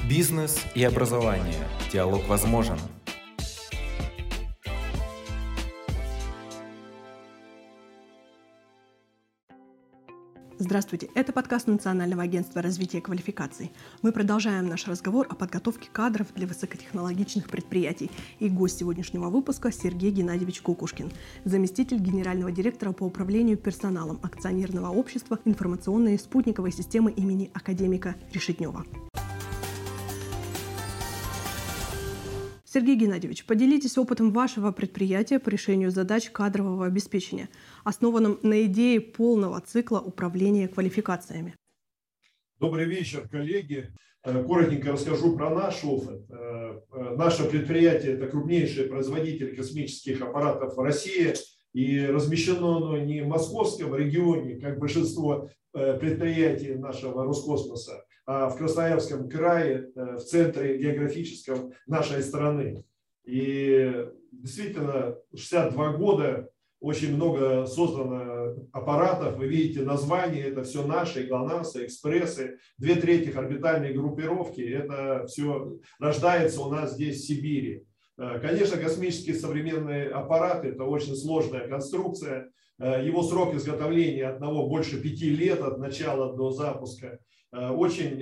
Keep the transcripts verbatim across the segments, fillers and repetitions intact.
Бизнес и образование. Диалог возможен. Здравствуйте, это подкаст Национального агентства развития квалификаций. Мы продолжаем наш разговор о подготовке кадров для высокотехнологичных предприятий. И гость сегодняшнего выпуска Сергей Геннадьевич Кукушкин, заместитель генерального директора по управлению персоналом акционерного общества информационной и спутниковой системы имени академика Решетнева. Сергей Геннадьевич, поделитесь опытом вашего предприятия по решению задач кадрового обеспечения, основанном на идее полного цикла управления квалификациями. Добрый вечер, коллеги. Коротенько расскажу про наш опыт. Наше предприятие – это крупнейший производитель космических аппаратов в России, и размещено оно не в московском регионе, как большинство предприятий нашего Роскосмоса, а в Красноярском крае, в центре географическом нашей страны. И действительно, шестьдесят два года, очень много создано аппаратов, вы видите названия, это все наши, ГЛОНАССы, экспрессы, две трети орбитальной группировки, это все рождается у нас здесь, в Сибири. Конечно, космические современные аппараты – это очень сложная конструкция. Его срок изготовления от одного больше пяти лет от начала до запуска. Очень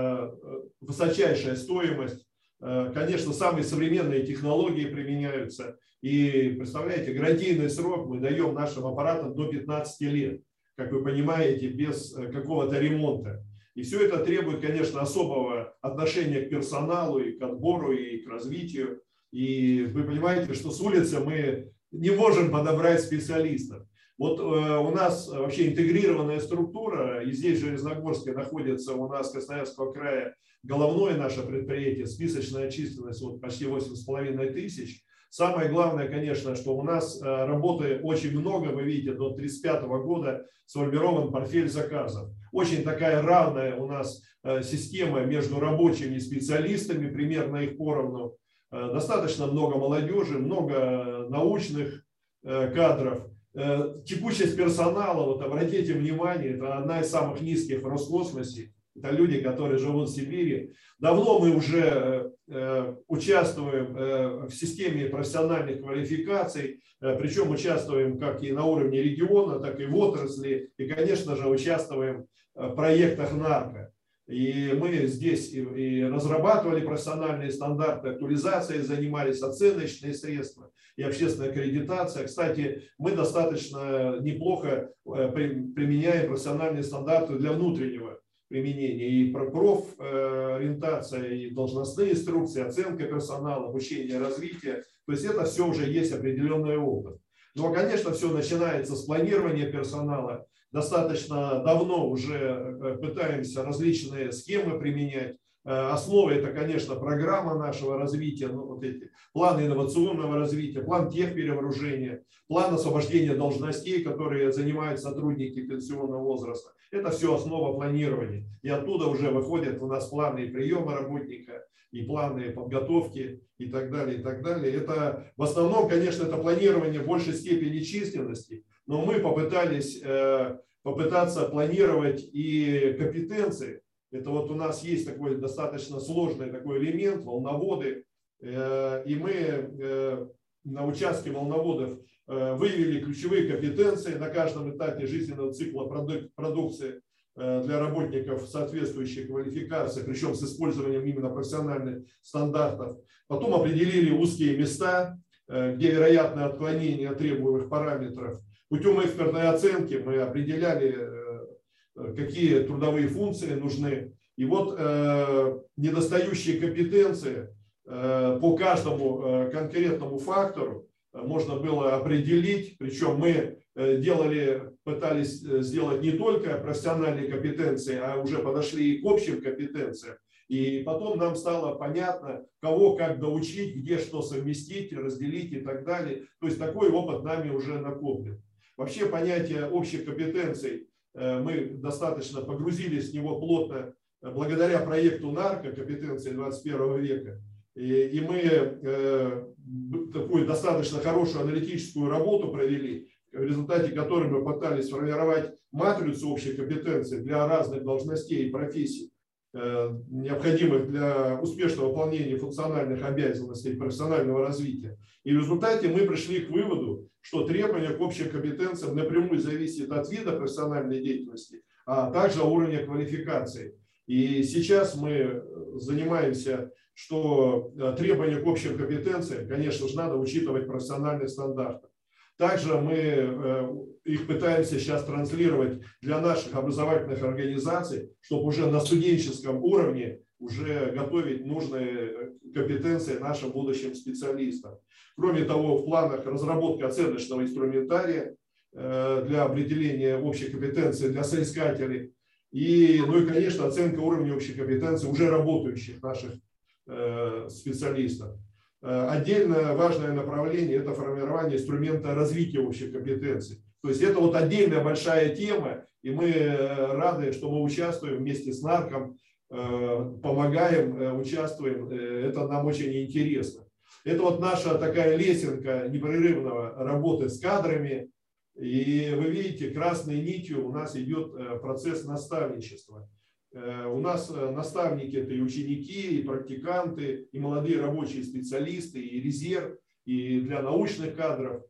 высочайшая стоимость. Конечно, самые современные технологии применяются. И представляете, гарантийный срок мы даем нашим аппаратам до пятнадцати лет, как вы понимаете, без какого-то ремонта. И все это требует, конечно, особого отношения к персоналу, и к отбору, и к развитию. И вы понимаете, что с улицы мы не можем подобрать специалистов. Вот э, у нас вообще интегрированная структура, и здесь в Железногорске находится у нас Красноярского края головное наше предприятие, списочная численность вот, почти восемь с половиной тысяч. Самое главное, конечно, что у нас э, работы очень много, вы видите, до тридцать пятого года сформирован портфель заказов. Очень такая равная у нас э, система между рабочими и специалистами, примерно их поровну. Э, достаточно много молодежи, много научных э, кадров. Текучесть персонала, вот обратите внимание, это одна из самых низких в Роскосмосе. Это люди, которые живут в Сибири. Давно мы уже э, участвуем э, в системе профессиональных квалификаций, э, причем участвуем как и на уровне региона, так и в отрасли, и, конечно же, участвуем в проектах нарко. И мы здесь и, и разрабатывали профессиональные стандарты, актуализацией занимались, оценочные средства и общественная аккредитация. Кстати, мы достаточно неплохо применяем профессиональные стандарты для внутреннего применения. И профориентация, и должностные инструкции, оценка персонала, обучение, развитие. То есть это все уже есть определенный опыт. Но, конечно, все начинается с планирования персонала. Достаточно давно уже пытаемся различные схемы применять. Основа – это, конечно, программа нашего развития, ну, вот эти планы инновационного развития, план техперевооружения, план освобождения должностей, которые занимают сотрудники пенсионного возраста. Это все основа планирования. И оттуда уже выходят у нас планы и приема работника, и планы подготовки, и так далее, и так далее. Это в основном, конечно, это планирование в большей степени численности, но мы попытались э, попытаться планировать и компетенции. Это вот у нас есть такой достаточно сложный такой элемент, волноводы, э, и мы э, на участке волноводов э, выявили ключевые компетенции на каждом этапе жизненного цикла продук- продукции для работников соответствующей квалификации, причем с использованием именно профессиональных стандартов. Потом определили узкие места, где вероятно отклонение от требуемых параметров. Путем экспертной оценки мы определяли, какие трудовые функции нужны. И вот недостающие компетенции по каждому конкретному фактору можно было определить, причем мы делали, пытались сделать не только профессиональные компетенции, а уже подошли и к общим компетенциям. И потом нам стало понятно, кого как доучить, где что совместить, разделить и так далее. То есть такой опыт нами уже накоплен. Вообще понятие общих компетенций, мы достаточно погрузились в него плотно благодаря проекту нарко компетенции двадцать первого века. И, и мы э, такую достаточно хорошую аналитическую работу провели, в результате которой мы пытались сформировать матрицу общей компетенции для разных должностей и профессий. необходимых для успешного выполнения функциональных обязанностей и профессионального развития. И в результате мы пришли к выводу, что требования к общим компетенциям напрямую зависят от вида профессиональной деятельности, а также уровня квалификации. И сейчас мы занимаемся, что требования к общим компетенциям, конечно же, надо учитывать профессиональные стандарты. Также мы их пытаемся сейчас транслировать для наших образовательных организаций, чтобы уже на студенческом уровне уже готовить нужные компетенции нашим будущим специалистам. Кроме того, в планах разработки оценочного инструментария для определения общей компетенции для соискателей. И, ну и, конечно, оценка уровня общей компетенции уже работающих наших специалистов. Отдельно важное направление – это формирование инструмента развития общих компетенций. То есть это вот отдельная большая тема, и мы рады, что мы участвуем вместе с Нарком, помогаем, участвуем. Это нам очень интересно. Это вот наша такая лесенка непрерывного работы с кадрами. И вы видите, красной нитью у нас идет процесс наставничества. У нас наставники – это и ученики, и практиканты, и молодые рабочие специалисты, и резерв, и для научных кадров.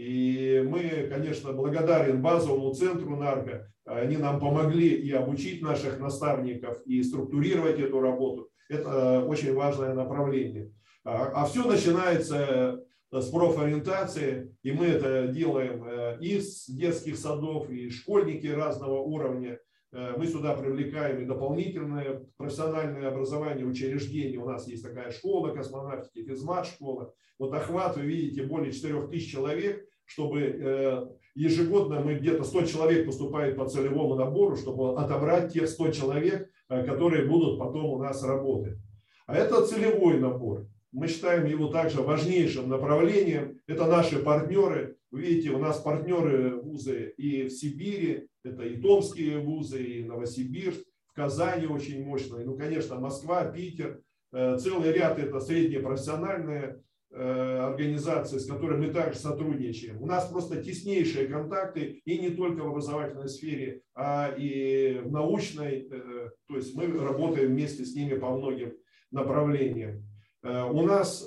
И мы, конечно, благодарен базовому центру Нарко. Они нам помогли и обучить наших наставников, и структурировать эту работу. Это очень важное направление. А все начинается с профориентации, и мы это делаем из детских садов, и школьники разного уровня. Мы сюда привлекаем и дополнительное профессиональное образование, учреждения. У нас есть такая школа космонавтики, физмат-школа. Вот охват, вы видите, более четырёх тысяч человек, чтобы ежегодно мы где-то сто человек поступает по целевому набору, чтобы отобрать тех сто человек, которые будут потом у нас работать. А это целевой набор. Мы считаем его также важнейшим направлением. Это наши партнеры. Вы видите, у нас партнеры вузы и в Сибири, это и томские вузы, и Новосибирск, в Казани очень мощные. Ну, конечно, Москва, Питер. Целый ряд это среднепрофессиональные организации, с которыми мы также сотрудничаем. У нас просто теснейшие контакты и не только в образовательной сфере, а и в научной. То есть мы работаем вместе с ними по многим направлениям. У нас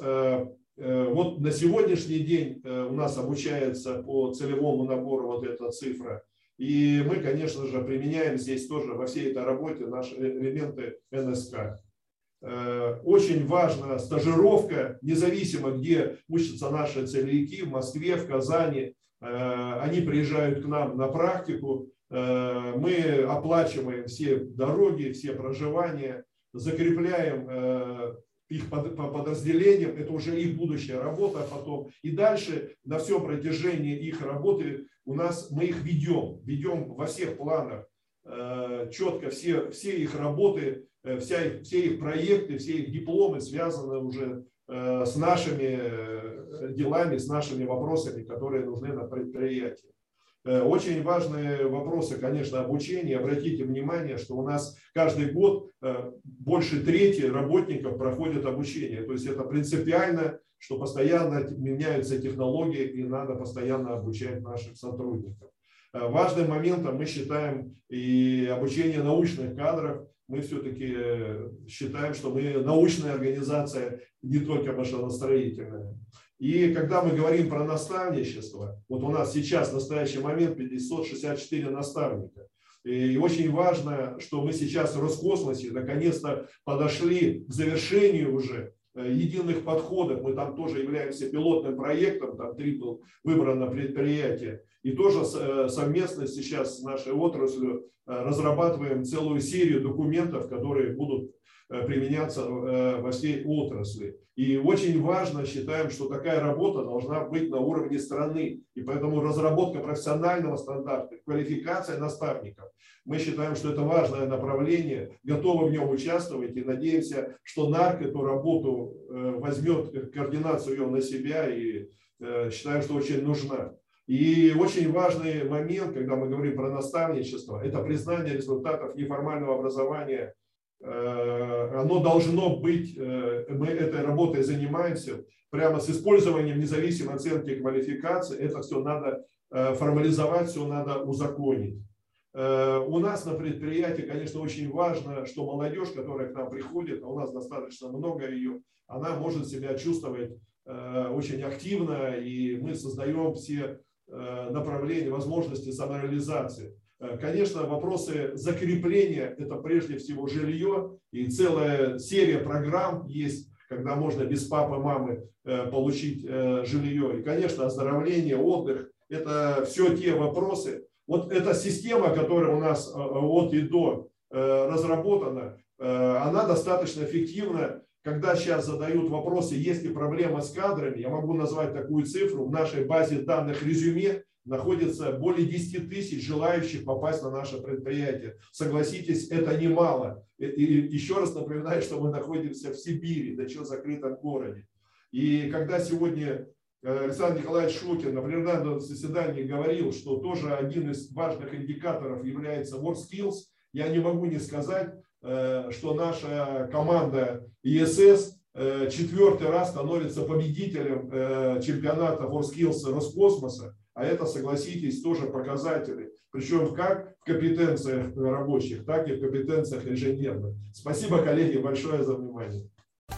вот на сегодняшний день у нас обучается по целевому набору вот эта цифра. И мы, конечно же, применяем здесь тоже во всей этой работе наши элементы эн эс ка. Очень важна стажировка, независимо где учатся наши целевики, в Москве, в Казани. Они приезжают к нам на практику. Мы оплачиваем все дороги, все проживания, закрепляем их по подразделениям, это уже их будущая работа потом. И дальше на всем протяжении их работы у нас мы их ведем, ведем во всех планах четко все, все их работы, вся их, все их проекты, все их дипломы связаны уже с нашими делами, с нашими вопросами, которые нужны на предприятии. Очень важные вопросы, конечно, обучения. Обратите внимание, что у нас каждый год больше трети работников проходят обучение. То есть это принципиально, что постоянно меняются технологии и надо постоянно обучать наших сотрудников. Важным моментом мы считаем и обучение научных кадров. Мы все-таки считаем, что мы научная организация, не только машиностроительная. И когда мы говорим про наставничество, вот у нас сейчас в настоящий момент пятьсот шестьдесят четыре наставника. И очень важно, что мы сейчас в Роскосмосе наконец-то подошли к завершению уже единых подходов. Мы там тоже являемся пилотным проектом, там три было выбрано предприятие. И тоже совместно сейчас с нашей отраслью разрабатываем целую серию документов, которые будут применяться во всей отрасли. И очень важно, считаем, что такая работа должна быть на уровне страны. И поэтому разработка профессионального стандарта, квалификация наставников. Мы считаем, что это важное направление, готовы в нем участвовать и надеемся, что Нарк эту работу возьмет, координацию ее на себя, и считаем, что очень нужна. И очень важный момент, когда мы говорим про наставничество, это признание результатов неформального образования. Оно должно быть, мы этой работой занимаемся, прямо с использованием независимой оценки квалификации. Это все надо формализовать, все надо узаконить. У нас на предприятии, конечно, очень важно, что молодежь, которая к нам приходит, а у нас достаточно много ее, она может себя чувствовать очень активно, и мы создаем все направления, возможности самореализации. Конечно, вопросы закрепления – это прежде всего жилье, и целая серия программ есть, когда можно без папы, мамы получить жилье. И, конечно, оздоровление, отдых – это все те вопросы. Вот эта система, которая у нас от и до разработана, она достаточно эффективна. Когда сейчас задают вопросы, есть ли проблема с кадрами, я могу назвать такую цифру. В нашей базе данных резюме находится более десяти тысяч желающих попасть на наше предприятие. Согласитесь, это немало. И еще раз напоминаю, что мы находимся в Сибири, да что в закрытом городе. И когда сегодня Александр Николаевич Шокин на пленарном заседании говорил, что тоже один из важных индикаторов является WorkSkills, я не могу не сказать, что наша команда и эс эс четвертый раз становится победителем чемпионата WorkSkills Роскосмоса, а это, согласитесь, тоже показатели, причем как в компетенциях рабочих, так и в компетенциях инженерных. Спасибо, коллеги, большое за внимание.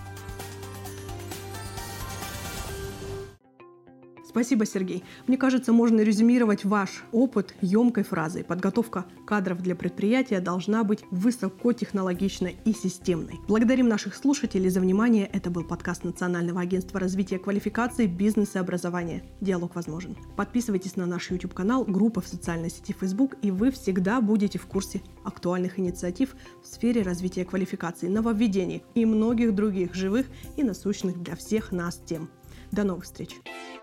Спасибо, Сергей. Мне кажется, можно резюмировать ваш опыт емкой фразой. Подготовка кадров для предприятия должна быть высокотехнологичной и системной. Благодарим наших слушателей за внимание. Это был подкаст Национального агентства развития квалификаций, бизнеса и образования. Диалог возможен. Подписывайтесь на наш YouTube-канал, группа в социальной сети Facebook, и вы всегда будете в курсе актуальных инициатив в сфере развития квалификаций, нововведений и многих других живых и насущных для всех нас тем. До новых встреч!